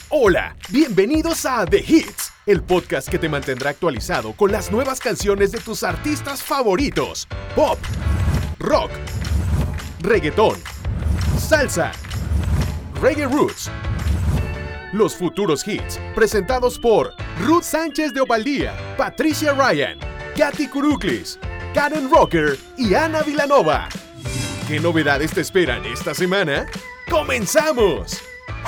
Hola, bienvenidos a The Hits, el podcast que te mantendrá actualizado con las nuevas canciones de tus artistas favoritos. Pop, rock, reggaetón, salsa, reggae roots. Los futuros hits, presentados por Ruth Sánchez de Ovaldía, Patricia Ryan, Katy Kuruklis, Karen Rocker y Ana Vilanova. ¿Qué novedades te esperan esta semana? ¡Comenzamos!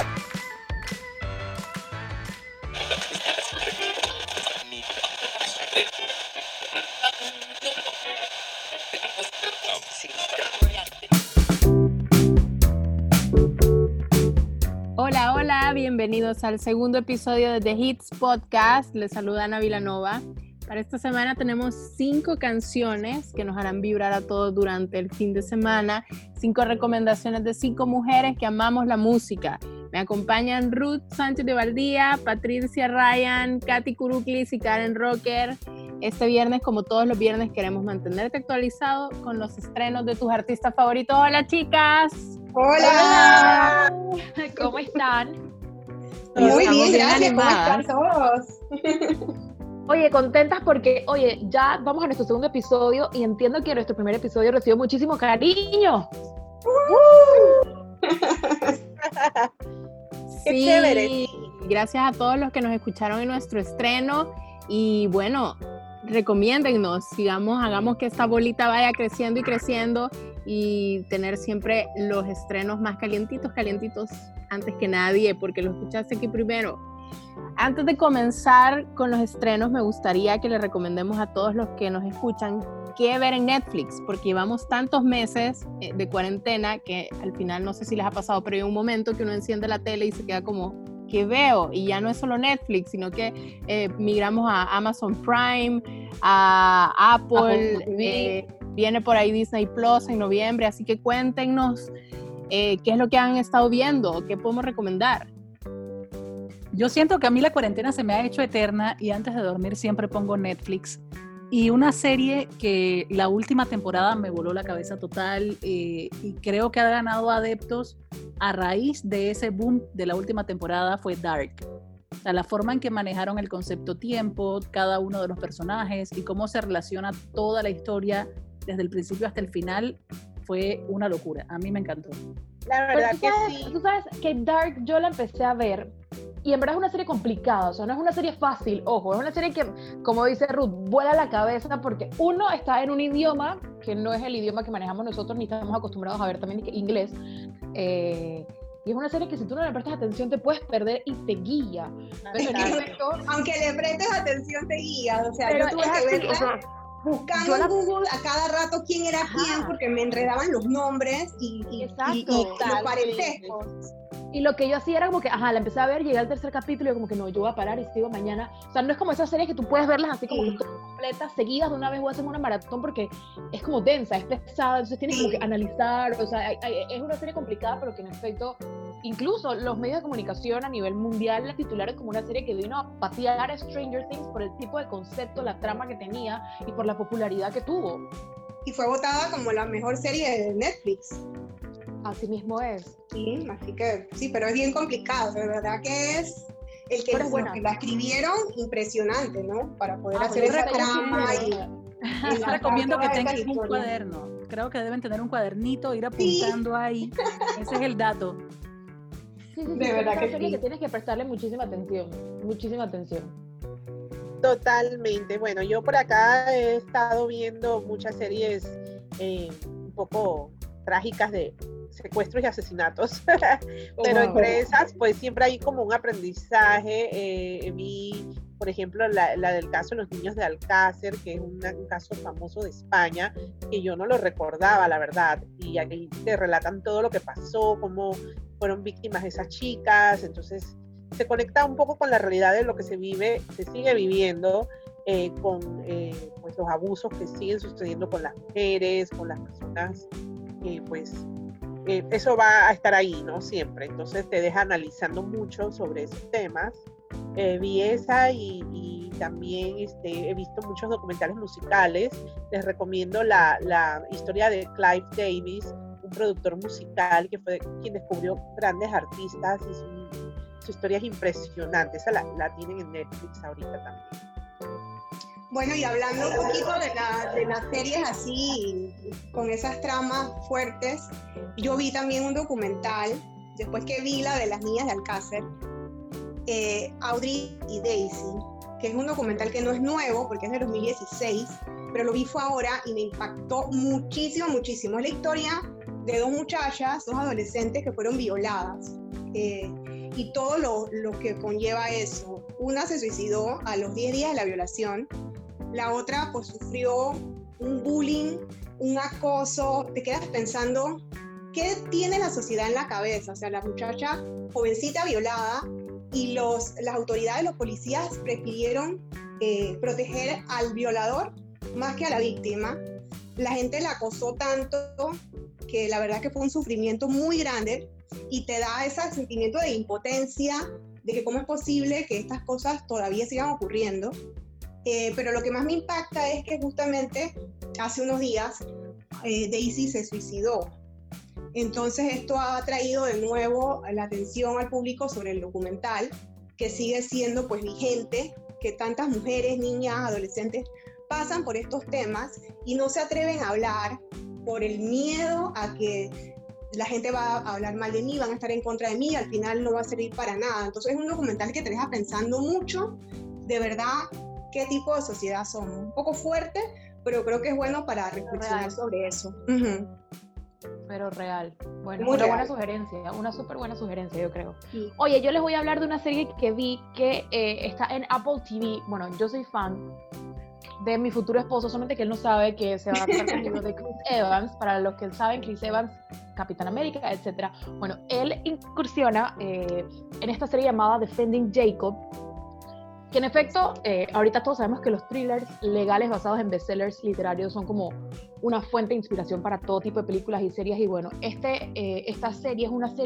Hola, bienvenidos al segundo episodio de The Hits Podcast. Les saluda Ana Vilanova. Para esta semana tenemos 5 canciones que nos harán vibrar a todos durante el fin de semana. 5 recomendaciones de 5 mujeres que amamos la música. Me acompañan Ruth Sánchez de Ovaldía, Patricia Ryan, Katy Kuruklis y Karen Rocker. Este viernes, como todos los viernes, queremos mantenerte actualizado con los estrenos de tus artistas favoritos. ¡Hola, chicas! ¡Hola! ¿Cómo están? Muy bien, gracias. Animadas. ¿Cómo están todos? Oye, contentas porque, ya vamos a nuestro segundo episodio y entiendo que nuestro primer episodio recibió muchísimo cariño. ¡Qué chévere! Gracias a todos los que nos escucharon en nuestro estreno y bueno, recomiéndennos, sigamos, hagamos que esta bolita vaya creciendo y creciendo y tener siempre los estrenos más calientitos antes que nadie, porque lo escuchaste aquí primero. Antes de comenzar con los estrenos, me gustaría que le recomendemos a todos los que nos escuchan qué ver en Netflix, porque llevamos tantos meses de cuarentena que al final, no sé si les ha pasado, pero hay un momento que uno enciende la tele y se queda como, ¿qué veo? Y ya no es solo Netflix, sino que migramos a Amazon Prime, a Apple, viene por ahí Disney Plus en noviembre, así que cuéntenos qué es lo que han estado viendo, qué podemos recomendar. Yo siento que a mí la cuarentena se me ha hecho eterna y antes de dormir siempre pongo Netflix. Y una serie que la última temporada me voló la cabeza total y creo que ha ganado adeptos a raíz de ese boom de la última temporada fue Dark. O sea, la forma en que manejaron el concepto tiempo, cada uno de los personajes y cómo se relaciona toda la historia desde el principio hasta el final fue una locura. A mí me encantó. La verdad que sí. Tú sabes que Dark yo la empecé a ver y en verdad es una serie complicada, o sea, no es una serie fácil, ojo, es una serie que, como dice Ruth, vuela la cabeza porque uno está en un idioma que no es el idioma que manejamos nosotros ni estamos acostumbrados a ver también inglés, y es una serie que si tú no le prestas atención te puedes perder y te guía. Aunque le prestes atención te guía, o sea, pero yo tuve que verla buscando en Google a cada rato quién era quién porque me enredaban los nombres y los parentescos. Y lo que yo hacía era como que, la empecé a ver, llegué al tercer capítulo y yo como que no, yo voy a parar y sigo mañana. O sea, no es como esas series que tú puedes verlas así como que todas completas, seguidas de una vez o haces una maratón porque es como densa, es pesada, entonces tienes como que analizar, o sea, es una serie complicada, pero que en efecto, incluso los medios de comunicación a nivel mundial la titularon como una serie que vino a patear a Stranger Things por el tipo de concepto, la trama que tenía y por la popularidad que tuvo. Y fue votada como la mejor serie de Netflix. Así mismo es. Sí, así que sí, pero es bien complicado, de verdad que es el que, los que la escribieron impresionante, ¿no? Para poder hacer esa trama y recomiendo que tengan un cuaderno. Creo que deben tener un cuadernito, ir apuntando ahí. Ese es el dato. Sí, de verdad que sí. Que tienes que prestarle muchísima atención. Totalmente. Bueno, yo por acá he estado viendo muchas series un poco trágicas de secuestros y asesinatos, pero entre esas pues siempre hay como un aprendizaje. Vi por ejemplo la del caso de los niños de Alcácer, que es un caso famoso de España, que yo no lo recordaba, la verdad, y aquí te relatan todo lo que pasó, cómo fueron víctimas esas chicas, entonces se conecta un poco con la realidad de lo que se sigue viviendo, con pues los abusos que siguen sucediendo con las mujeres, con las personas, eso va a estar ahí, ¿no? Siempre. Entonces te deja analizando mucho sobre esos temas. Vi esa y también he visto muchos documentales musicales. Les recomiendo la historia de Clive Davis, un productor musical que fue quien descubrió grandes artistas. Es su historia es impresionante. Esa la tienen en Netflix ahorita también. Bueno, y hablando un poquito de las series así, con esas tramas fuertes, yo vi también un documental, después que vi la de las niñas de Alcácer, Audrey y Daisy, que es un documental que no es nuevo, porque es de 2016, pero lo vi fue ahora y me impactó muchísimo, muchísimo. Es la historia de dos muchachas, dos adolescentes que fueron violadas, y todo lo que conlleva eso. Una se suicidó a los 10 días de la violación, la otra pues sufrió un bullying, un acoso. Te quedas pensando, ¿qué tiene la sociedad en la cabeza? O sea, la muchacha jovencita violada, y las autoridades, los policías prefirieron proteger al violador más que a la víctima. La gente la acosó tanto que la verdad que fue un sufrimiento muy grande, y te da ese sentimiento de impotencia, de que cómo es posible que estas cosas todavía sigan ocurriendo. Pero lo que más me impacta es que justamente hace unos días Daisy se suicidó. Entonces esto ha traído de nuevo la atención al público sobre el documental, que sigue siendo pues vigente, que tantas mujeres, niñas, adolescentes pasan por estos temas y no se atreven a hablar por el miedo a que la gente va a hablar mal de mí, van a estar en contra de mí, al final no va a servir para nada. Entonces es un documental que te deja pensando mucho, de verdad, qué tipo de sociedad somos. Un poco fuerte, pero creo que es bueno para reflexionar sobre eso. Uh-huh. Pero real. Bueno, Muy una real. buena sugerencia, una súper buena sugerencia, yo creo. Sí. Oye, yo les voy a hablar de una serie que vi que está en Apple TV. Bueno, yo soy fan de mi futuro esposo, solamente que él no sabe que se va a casar conmigo, de Chris Evans. Para los que saben, Chris Evans, Capitán América, etc. Bueno, él incursiona en esta serie llamada Defending Jacob, que en efecto, ahorita todos sabemos que los thrillers legales basados en bestsellers literarios son como una fuente de inspiración para todo tipo de películas y series. Y bueno, esta serie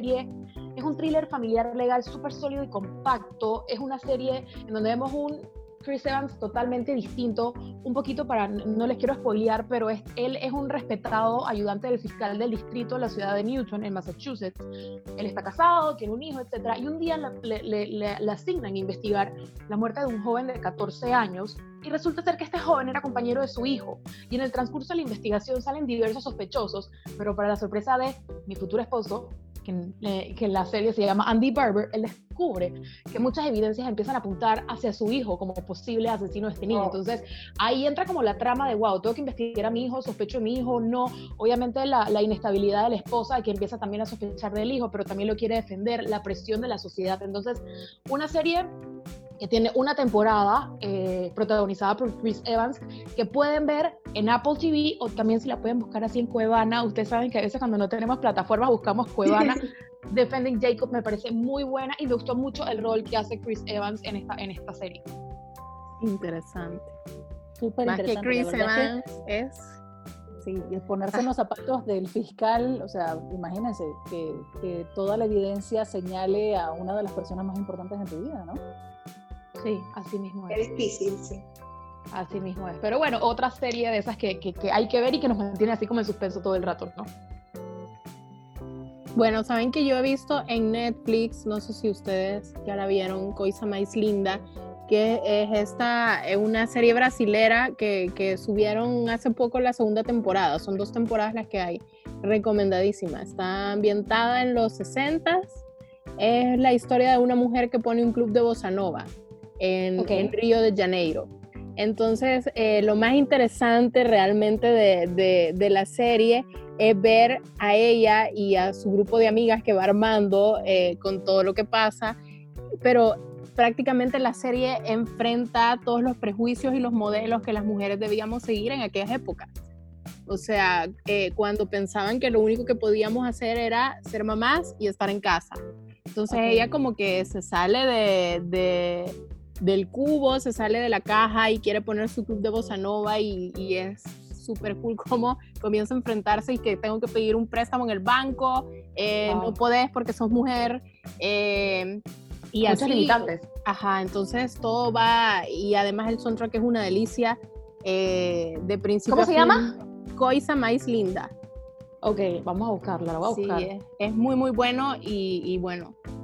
es un thriller familiar legal súper sólido y compacto. Es una serie en donde vemos un Chris Evans totalmente distinto, un poquito no les quiero spoilear, pero él es un respetado ayudante del fiscal del distrito de la ciudad de Newton, en Massachusetts. Él está casado, tiene un hijo, etc. Y un día le asignan a investigar la muerte de un joven de 14 años, y resulta ser que este joven era compañero de su hijo. Y en el transcurso de la investigación salen diversos sospechosos, pero para la sorpresa de mi futuro esposo, que en la serie se llama Andy Barber, él descubre que muchas evidencias empiezan a apuntar hacia su hijo como posible asesino de este niño. Entonces ahí entra como la trama de wow, tengo que investigar a mi hijo, sospecho de mi hijo, no. Obviamente la inestabilidad de la esposa, que empieza también a sospechar del hijo, pero también lo quiere defender, la presión de la sociedad. Entonces, una serie que tiene una temporada protagonizada por Chris Evans, que pueden ver en Apple TV, o también si la pueden buscar así en Cuevana. Ustedes saben que a veces cuando no tenemos plataformas buscamos Cuevana. Defending Jacob me parece muy buena, y me gustó mucho el rol que hace Chris Evans en esta serie. Interesante. Súper Más que interesante. Chris la verdad Evans es... Sí, y ponerse en los zapatos del fiscal, o sea, imagínense que toda la evidencia señale a una de las personas más importantes en tu vida, ¿no? Sí, así mismo Es es. difícil, sí. Así mismo es. Pero bueno, otra serie de esas que hay que ver y que nos mantiene así como en suspenso todo el rato, ¿no? Bueno, saben que yo he visto en Netflix, no sé si ustedes ya la vieron, Coisa Mais Linda, que es una serie brasilera que subieron hace poco la segunda temporada. Son 2 temporadas las que hay, recomendadísima. Está ambientada en los 60s. Es la historia de una mujer que pone un club de bossa nova en Río de Janeiro. Entonces, lo más interesante realmente de la serie es ver a ella y a su grupo de amigas que va armando con todo lo que pasa, pero prácticamente la serie enfrenta todos los prejuicios y los modelos que las mujeres debíamos seguir en aquellas épocas. O sea, cuando pensaban que lo único que podíamos hacer era ser mamás y estar en casa. Entonces ella como que se sale del cubo, se sale de la caja y quiere poner su club de bossa nova, y es súper cool cómo comienza a enfrentarse y que tengo que pedir un préstamo en el banco, no podés porque sos mujer, y muchas así, limitantes. Ajá, entonces todo va, y además el soundtrack es una delicia, de principio ¿Cómo se llama? Coisa Mais Linda. Ok, vamos a buscarla, la voy a buscar. Sí, es muy muy bueno, y bueno,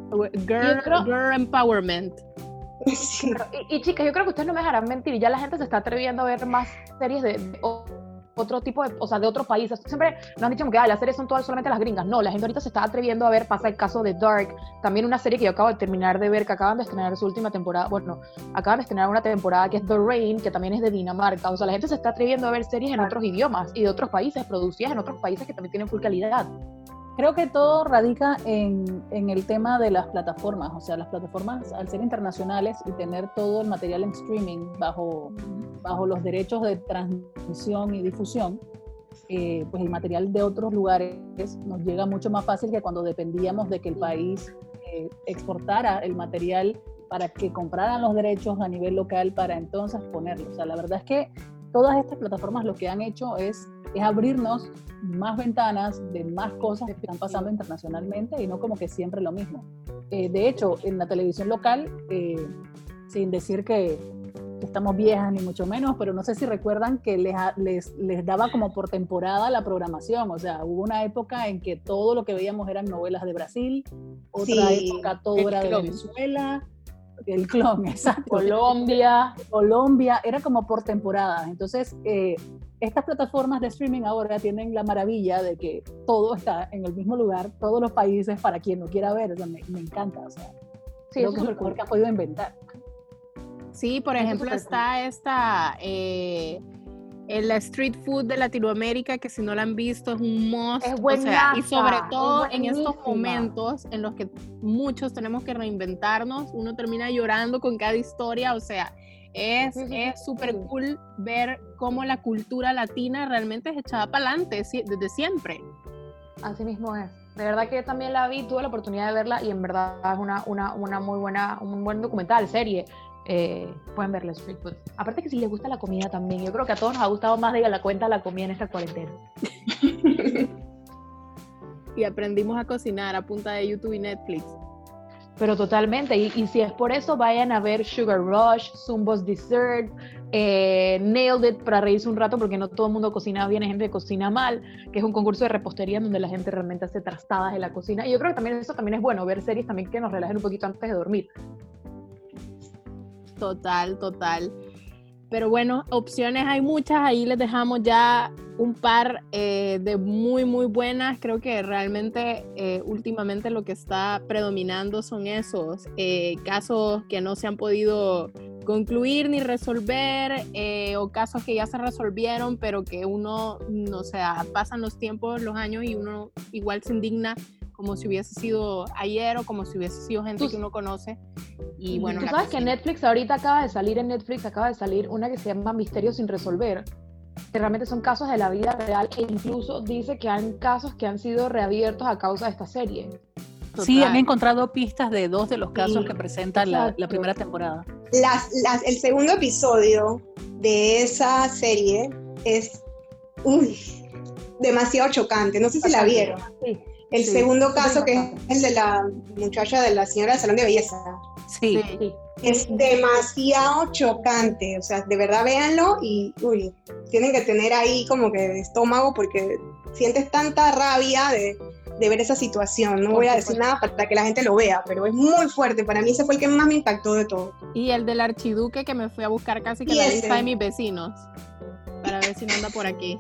Girl empowerment. Sí. Y chicas, yo creo que ustedes no me dejarán mentir, ya la gente se está atreviendo a ver más series de otro tipo de, o sea, de otros países. Siempre nos han dicho que las series son todas solamente las gringas. No, la gente ahorita se está atreviendo a ver, pasa el caso de Dark, también una serie que yo acabo de terminar de ver, que acaban de estrenar su última temporada, bueno, acaban de estrenar una temporada que es The Rain, que también es de Dinamarca. O sea, la gente se está atreviendo a ver series en otros idiomas y de otros países, producidas en otros países que también tienen full calidad. Creo que todo radica en el tema de las plataformas. O sea, las plataformas, al ser internacionales y tener todo el material en streaming bajo los derechos de transmisión y difusión, pues el material de otros lugares nos llega mucho más fácil que cuando dependíamos de que el país exportara el material para que compraran los derechos a nivel local para entonces ponerlo. O sea, la verdad es que todas estas plataformas lo que han hecho es abrirnos más ventanas de más cosas que están pasando internacionalmente y no como que siempre lo mismo. De hecho, en la televisión local, sin decir que estamos viejas ni mucho menos, pero no sé si recuerdan que les daba como por temporada la programación. O sea, hubo una época en que todo lo que veíamos eran novelas de Brasil, otra época todo era de Venezuela, el clon, exacto. Colombia, era como por temporadas. Entonces, estas plataformas de streaming ahora tienen la maravilla de que todo está en el mismo lugar, todos los países, para quien lo quiera ver. O sea, me encanta. O sea, sí, creo que es lo mejor que ha podido inventar. Sí, por ejemplo, está el street food de Latinoamérica, que si no la han visto es un must. Es buenaza, o sea, y sobre todo en estos momentos en los que muchos tenemos que reinventarnos, uno termina llorando con cada historia. O sea, es súper cool ver cómo la cultura latina realmente es echada para adelante desde siempre. Así mismo es. De verdad que también la vi, tuve la oportunidad de verla y en verdad es una muy buena, un buen documental, serie. Pueden verla, Street Food. Aparte que si les gusta la comida también, yo creo que a todos nos ha gustado más de la cuenta la comida en esta cuarentena. Y aprendimos a cocinar a punta de YouTube y Netflix. Pero totalmente, y si es por eso, vayan a ver Sugar Rush, Zumbo's Dessert, Nailed It, para reírse un rato, porque no todo el mundo cocina bien, hay gente que cocina mal, que es un concurso de repostería donde la gente realmente hace trastadas en la cocina, y yo creo que también eso también es bueno, ver series también que nos relajen un poquito antes de dormir. Total. Pero bueno, opciones hay muchas, ahí les dejamos ya un par de muy buenas. Creo que realmente últimamente lo que está predominando son esos casos que no se han podido concluir ni resolver, o casos que ya se resolvieron pero que uno, o sea, pasan los tiempos, los años y uno igual se indigna como si hubiese sido ayer o como si hubiese sido gente que uno conoce. Y bueno, tú sabes que Netflix ahorita acaba de salir una que se llama Misterios sin resolver, que realmente son casos de la vida real, e incluso dice que hay casos que han sido reabiertos a causa de esta serie. Total. Sí, han encontrado pistas de 2 de los casos que presenta la primera temporada. El segundo episodio de esa serie es demasiado chocante. No sé si la vieron. Sí. El segundo caso, que es el de la muchacha de la señora del salón de belleza. Sí. Es demasiado chocante. O sea, de verdad véanlo y tienen que tener ahí como que estómago porque sientes tanta rabia de ver esa situación. No voy a decir nada para que la gente lo vea, pero es muy fuerte. Para mí ese fue el que más me impactó de todo. Y el del archiduque que me fui a buscar casi que la lista de mis vecinos para ver si no anda por aquí.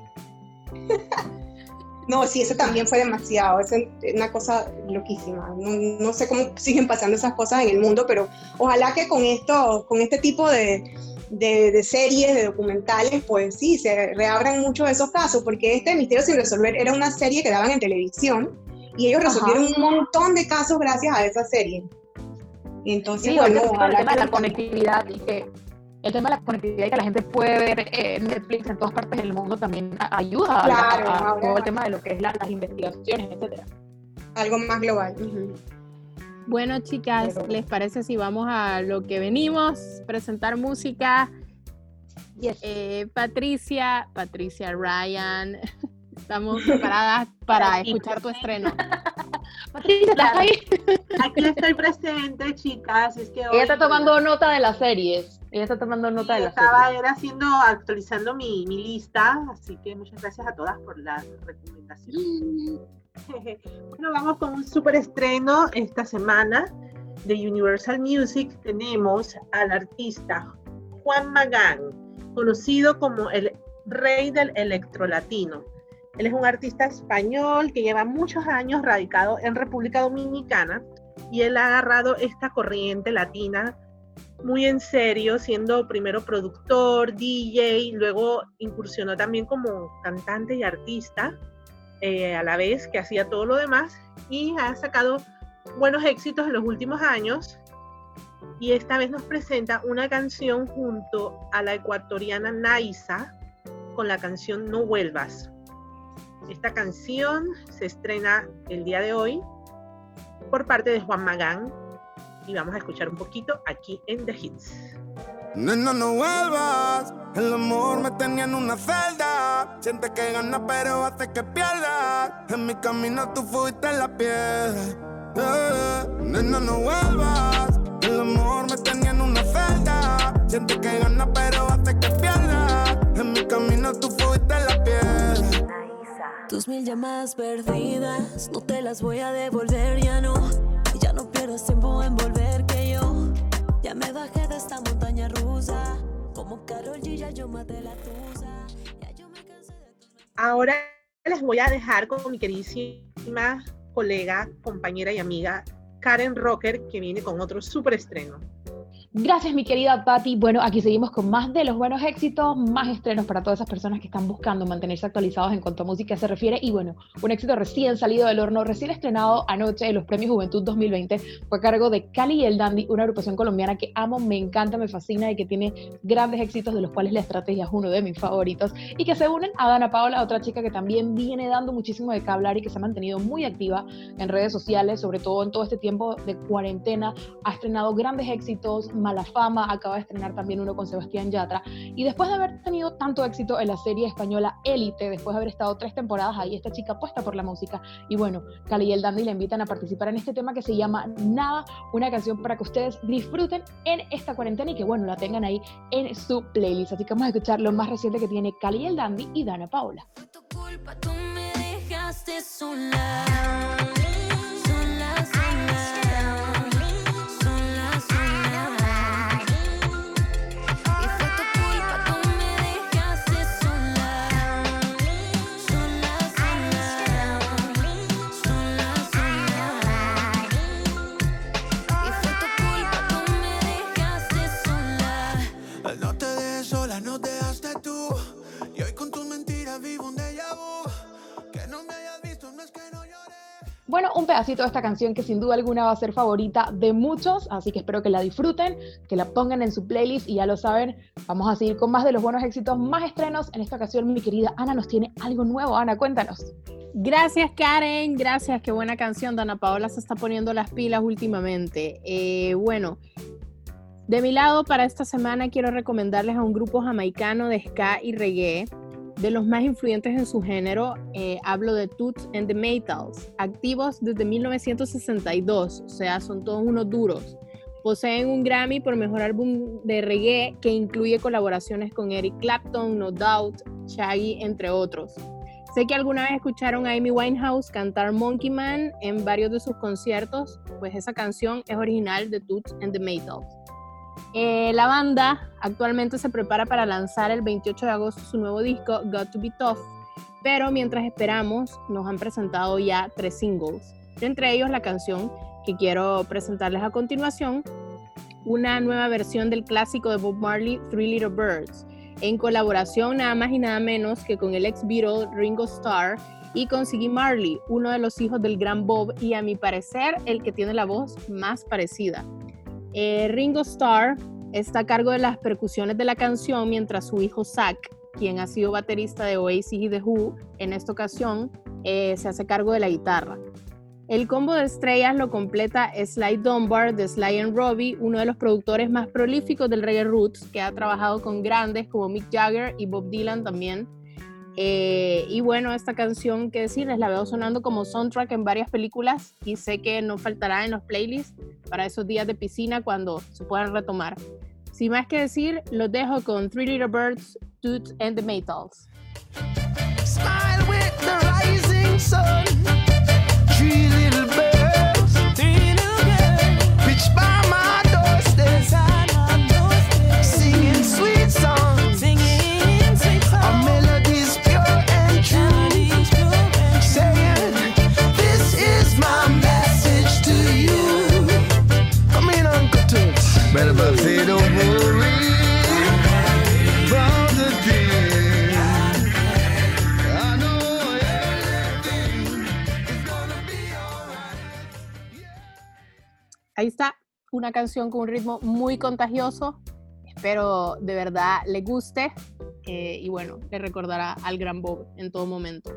No, sí, ese también fue demasiado, es una cosa loquísima. No sé cómo siguen pasando esas cosas en el mundo, pero ojalá que con este tipo de series, de documentales, pues sí, se reabran muchos de esos casos, porque este Misterio sin resolver era una serie que daban en televisión y ellos resolvieron un montón de casos gracias a esa serie. Y entonces, sí, bueno, el tema de la conectividad y que el tema de la conectividad y que la gente puede ver Netflix en todas partes del mundo también ayuda a todo el tema de lo que es las investigaciones, etcétera. Algo más global. Bueno, chicas, ¿les parece si vamos a lo que venimos? Presentar música. Yes. Patricia Ryan, estamos preparadas para escuchar tu estreno. Patricia, ¿estás ahí? Aquí estoy presente, chicas. Es que ella está tomando nota de las series. Estaba actualizando mi lista, así que muchas gracias a todas por la recomendación. Bueno, vamos con un super estreno esta semana de Universal Music. Tenemos al artista Juan Magán, conocido como el rey del electrolatino. Él es un artista español que lleva muchos años radicado en República Dominicana y él ha agarrado esta corriente latina muy en serio, siendo primero productor, DJ, luego incursionó también como cantante y artista, a la vez que hacía todo lo demás, y ha sacado buenos éxitos en los últimos años, y esta vez nos presenta una canción junto a la ecuatoriana Naisa con la canción No Vuelvas. Esta canción se estrena el día de hoy por parte de Juan Magán, y vamos a escuchar un poquito aquí en The Hits. Nena, no vuelvas, el amor me tenía en una celda. Sientes que ganas pero hace que pierdas. En mi camino tú fuiste la piedra. Nena, no vuelvas, el amor me tenía en una celda. Sientes que ganas pero hace que pierdas. En mi camino tú fuiste la piedra. Tus 1000 llamadas perdidas, no te las voy a devolver, ya no. Ya no pierdas tiempo en volver, que yo ya me bajé de esta montaña rusa. Como Karol G, ya yo maté la tusa. Ya yo me cansé de tus... Ahora les voy a dejar con mi queridísima colega, compañera y amiga Karen Rocker, que viene con otro súper estreno. Gracias, mi querida Patti. Bueno, aquí seguimos con más de los buenos éxitos, más estrenos para todas esas personas que están buscando mantenerse actualizados en cuanto a música se refiere. Y bueno, un éxito recién salido del horno, recién estrenado anoche en los Premios Juventud 2020, fue a cargo de Cali y el Dandy, una agrupación colombiana que amo, me encanta, me fascina y que tiene grandes éxitos, de los cuales La Estrategia es uno de mis favoritos, y que se unen a Dana Paola, otra chica que también viene dando muchísimo de qué hablar y que se ha mantenido muy activa en redes sociales, sobre todo en todo este tiempo de cuarentena. Ha estrenado grandes éxitos, Mala Fama, acaba de estrenar también uno con Sebastián Yatra, y después de haber tenido tanto éxito en la serie española Élite, después de haber estado 3 temporadas ahí, esta chica puesta por la música, y bueno, Cali y el Dandy le invitan a participar en este tema que se llama Nada, una canción para que ustedes disfruten en esta cuarentena y que bueno, la tengan ahí en su playlist. Así que vamos a escuchar lo más reciente que tiene Cali y el Dandy y Dana Paola. Fue tu culpa, tú me dejaste sola. No te dejaste tú, y hoy con tus mentiras vivo un déjà vu. Que no me hayas visto, no es que no lloré. Bueno, un pedacito de esta canción que sin duda alguna va a ser favorita de muchos, así que espero que la disfruten, que la pongan en su playlist, y ya lo saben, vamos a seguir con más de los buenos éxitos, más estrenos. En esta ocasión mi querida Ana nos tiene algo nuevo. Ana, cuéntanos. Gracias, Karen, gracias, qué buena canción. Dana Paola se está poniendo las pilas últimamente. Bueno, de mi lado, para esta semana quiero recomendarles a un grupo jamaicano de ska y reggae, de los más influyentes en su género. Hablo de Toots and the Maytals, activos desde 1962, o sea, son todos unos duros. Poseen un Grammy por mejor álbum de reggae, que incluye colaboraciones con Eric Clapton, No Doubt, Shaggy, entre otros. Sé que alguna vez escucharon a Amy Winehouse cantar Monkey Man en varios de sus conciertos, pues esa canción es original de Toots and the Maytals. La banda actualmente se prepara para lanzar el 28 de agosto su nuevo disco, Got to Be Tough, pero mientras esperamos nos han presentado ya 3 singles, entre ellos la canción que quiero presentarles a continuación, una nueva versión del clásico de Bob Marley, Three Little Birds, en colaboración nada más y nada menos que con el ex Beatle Ringo Starr y con Ziggy Marley, uno de los hijos del gran Bob y a mi parecer el que tiene la voz más parecida. Ringo Starr está a cargo de las percusiones de la canción, mientras su hijo Zach, quien ha sido baterista de Oasis y The Who, en esta ocasión se hace cargo de la guitarra. El combo de estrellas lo completa Sly Dunbar de Sly and Robbie, uno de los productores más prolíficos del reggae roots, que ha trabajado con grandes como Mick Jagger y Bob Dylan también. Y bueno, esta canción, que decirles, la veo sonando como soundtrack en varias películas y sé que no faltará en los playlists para esos días de piscina cuando se puedan retomar. Sin más que decir, los dejo con Three Little Birds, Toots and the Maytals. Smile with the rising sun. ahí está, una canción con un ritmo muy contagioso. Espero de verdad le guste y bueno, le recordará al gran Bob en todo momento.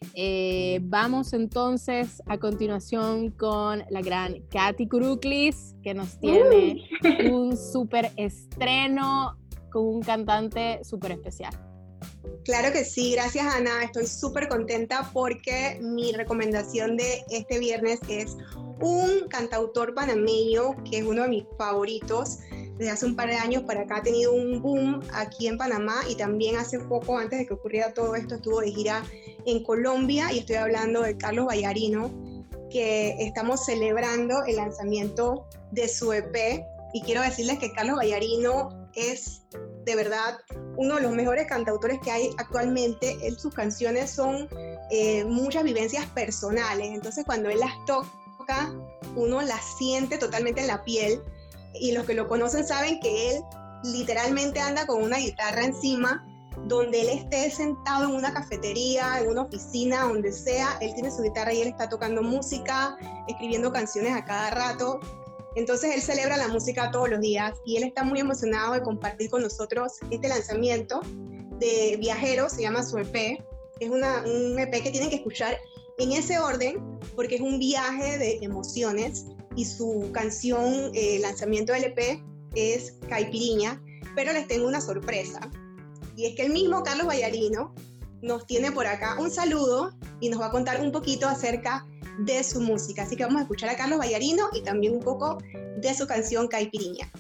Vamos entonces a continuación con la gran Katy Kuruklis, que nos tiene un súper estreno con un cantante súper especial. Claro que sí, gracias Ana, estoy súper contenta porque mi recomendación de este viernes es un cantautor panameño que es uno de mis favoritos. Desde hace un par de años para acá ha tenido un boom aquí en Panamá y también hace poco, antes de que ocurriera todo esto, estuvo de gira en Colombia y estoy hablando de Carlos Vallarino, que estamos celebrando el lanzamiento de su EP y quiero decirles que Carlos Vallarino es de verdad uno de los mejores cantautores que hay actualmente. Sus canciones son muchas vivencias personales, entonces cuando él las toca uno las siente totalmente en la piel. Y los que lo conocen saben que él literalmente anda con una guitarra encima, donde él esté sentado en una cafetería, en una oficina, donde sea, él tiene su guitarra y él está tocando música, escribiendo canciones a cada rato. Entonces él celebra la música todos los días y él está muy emocionado de compartir con nosotros este lanzamiento de Viajeros, se llama su EP. Es un EP que tienen que escuchar en ese orden porque es un viaje de emociones. Y su canción, lanzamiento del EP, es Caipiriña, pero les tengo una sorpresa. Y es que el mismo Carlos Vallarino nos tiene por acá un saludo y nos va a contar un poquito acerca de su música. Así que vamos a escuchar a Carlos Vallarino y también un poco de su canción Caipiriña.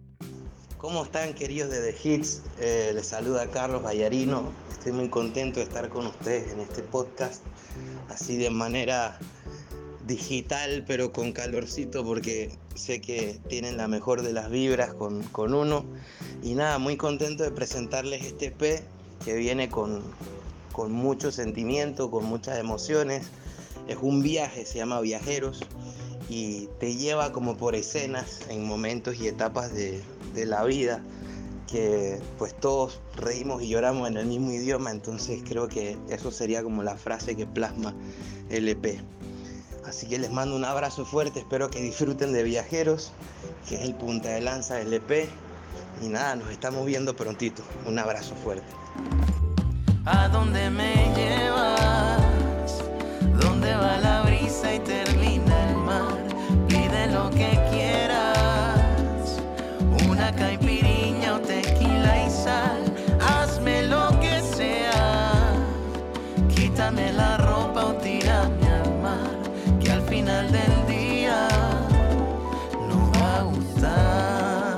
¿Cómo están, queridos de The Hits? Les saluda Carlos Vallarino. Estoy muy contento de estar con ustedes en este podcast, así de manera digital pero con calorcito porque sé que tienen la mejor de las vibras con uno y nada, muy contento de presentarles este EP que viene con mucho sentimiento, con muchas emociones. Es un viaje, se llama Viajeros y te lleva como por escenas en momentos y etapas de la vida que pues todos reímos y lloramos en el mismo idioma, entonces creo que eso sería como la frase que plasma el EP. Así que les mando un abrazo fuerte, espero que disfruten de Viajeros, que es el punta de lanza del EP. Y nada, nos estamos viendo prontito. Un abrazo fuerte. ¿A dónde me llevas? ¿Dónde va la brisa y termina el mar? Pide lo que quieras, una caipiriña o tequila y sal. Hazme lo que sea, quítame la ropa o tírame al mar, que al final del día no va a gustar.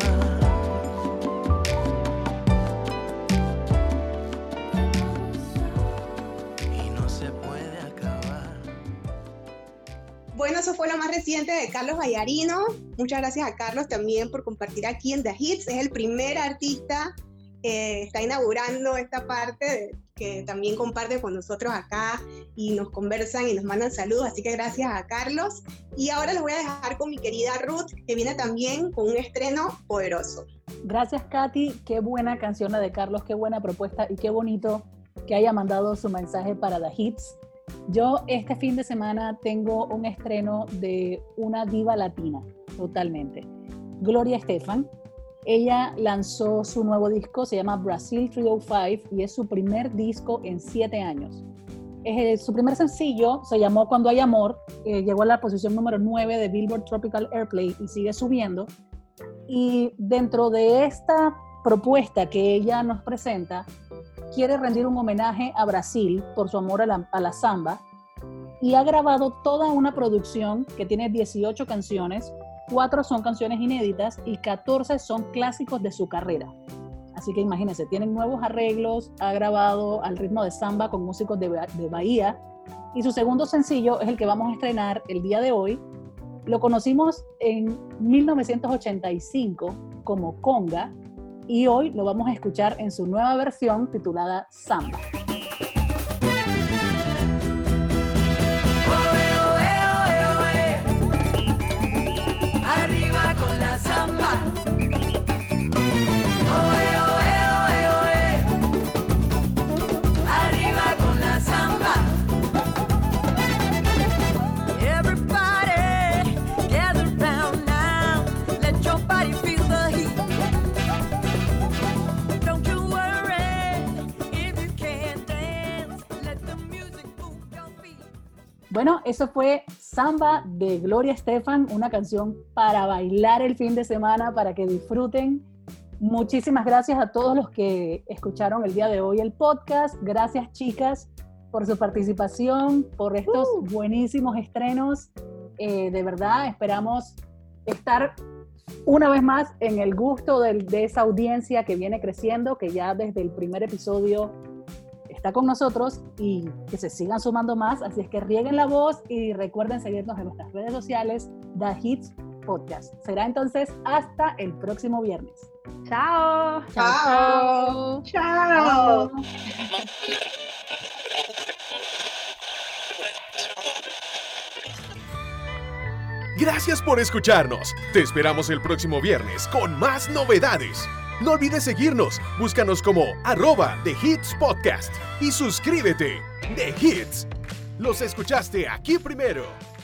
Y no se puede acabar. Bueno, eso fue lo más reciente de Carlos Vallarino. Muchas gracias a Carlos también por compartir aquí en The Hits. Es el primer artista que está inaugurando esta parte que también comparte con nosotros acá y nos conversan y nos mandan saludos, así que gracias a Carlos. Y ahora los voy a dejar con mi querida Ruth, que viene también con un estreno poderoso. Gracias, Katy. Qué buena canción la de Carlos, qué buena propuesta y qué bonito que haya mandado su mensaje para The Hits. Yo este fin de semana tengo un estreno de una diva latina, totalmente. Gloria Estefan. Ella lanzó su nuevo disco, se llama Brazil 305 y es su primer disco en 7 años. Su primer sencillo se llamó Cuando hay amor, llegó a la posición número 9 de Billboard Tropical Airplay y sigue subiendo. Y dentro de esta propuesta que ella nos presenta, quiere rendir un homenaje a Brasil por su amor a la samba y ha grabado toda una producción que tiene 18 canciones. 4 son canciones inéditas y 14 son clásicos de su carrera. Así que imagínense, tienen nuevos arreglos, ha grabado al ritmo de samba con músicos de Bahía y su segundo sencillo es el que vamos a estrenar el día de hoy. Lo conocimos en 1985 como Conga y hoy lo vamos a escuchar en su nueva versión titulada Samba. Arriba con la samba. Arriba con la samba. Everybody gather round now. Bueno, eso fue Samba de Gloria Estefan, una canción para bailar el fin de semana, para que disfruten. Muchísimas gracias a todos los que escucharon el día de hoy el podcast. Gracias, chicas, por su participación, por estos buenísimos estrenos. De verdad, esperamos estar una vez más en el gusto de esa audiencia que viene creciendo, que ya desde el primer episodio está con nosotros y que se sigan sumando más. Así es que rieguen la voz y recuerden seguirnos en nuestras redes sociales, The Hits Podcast. Será entonces hasta el próximo viernes. Chao. Chao. Chao. Gracias por escucharnos. Te esperamos el próximo viernes con más novedades. No olvides seguirnos. Búscanos como @The Hits Podcast y suscríbete. The Hits. Los escuchaste aquí primero.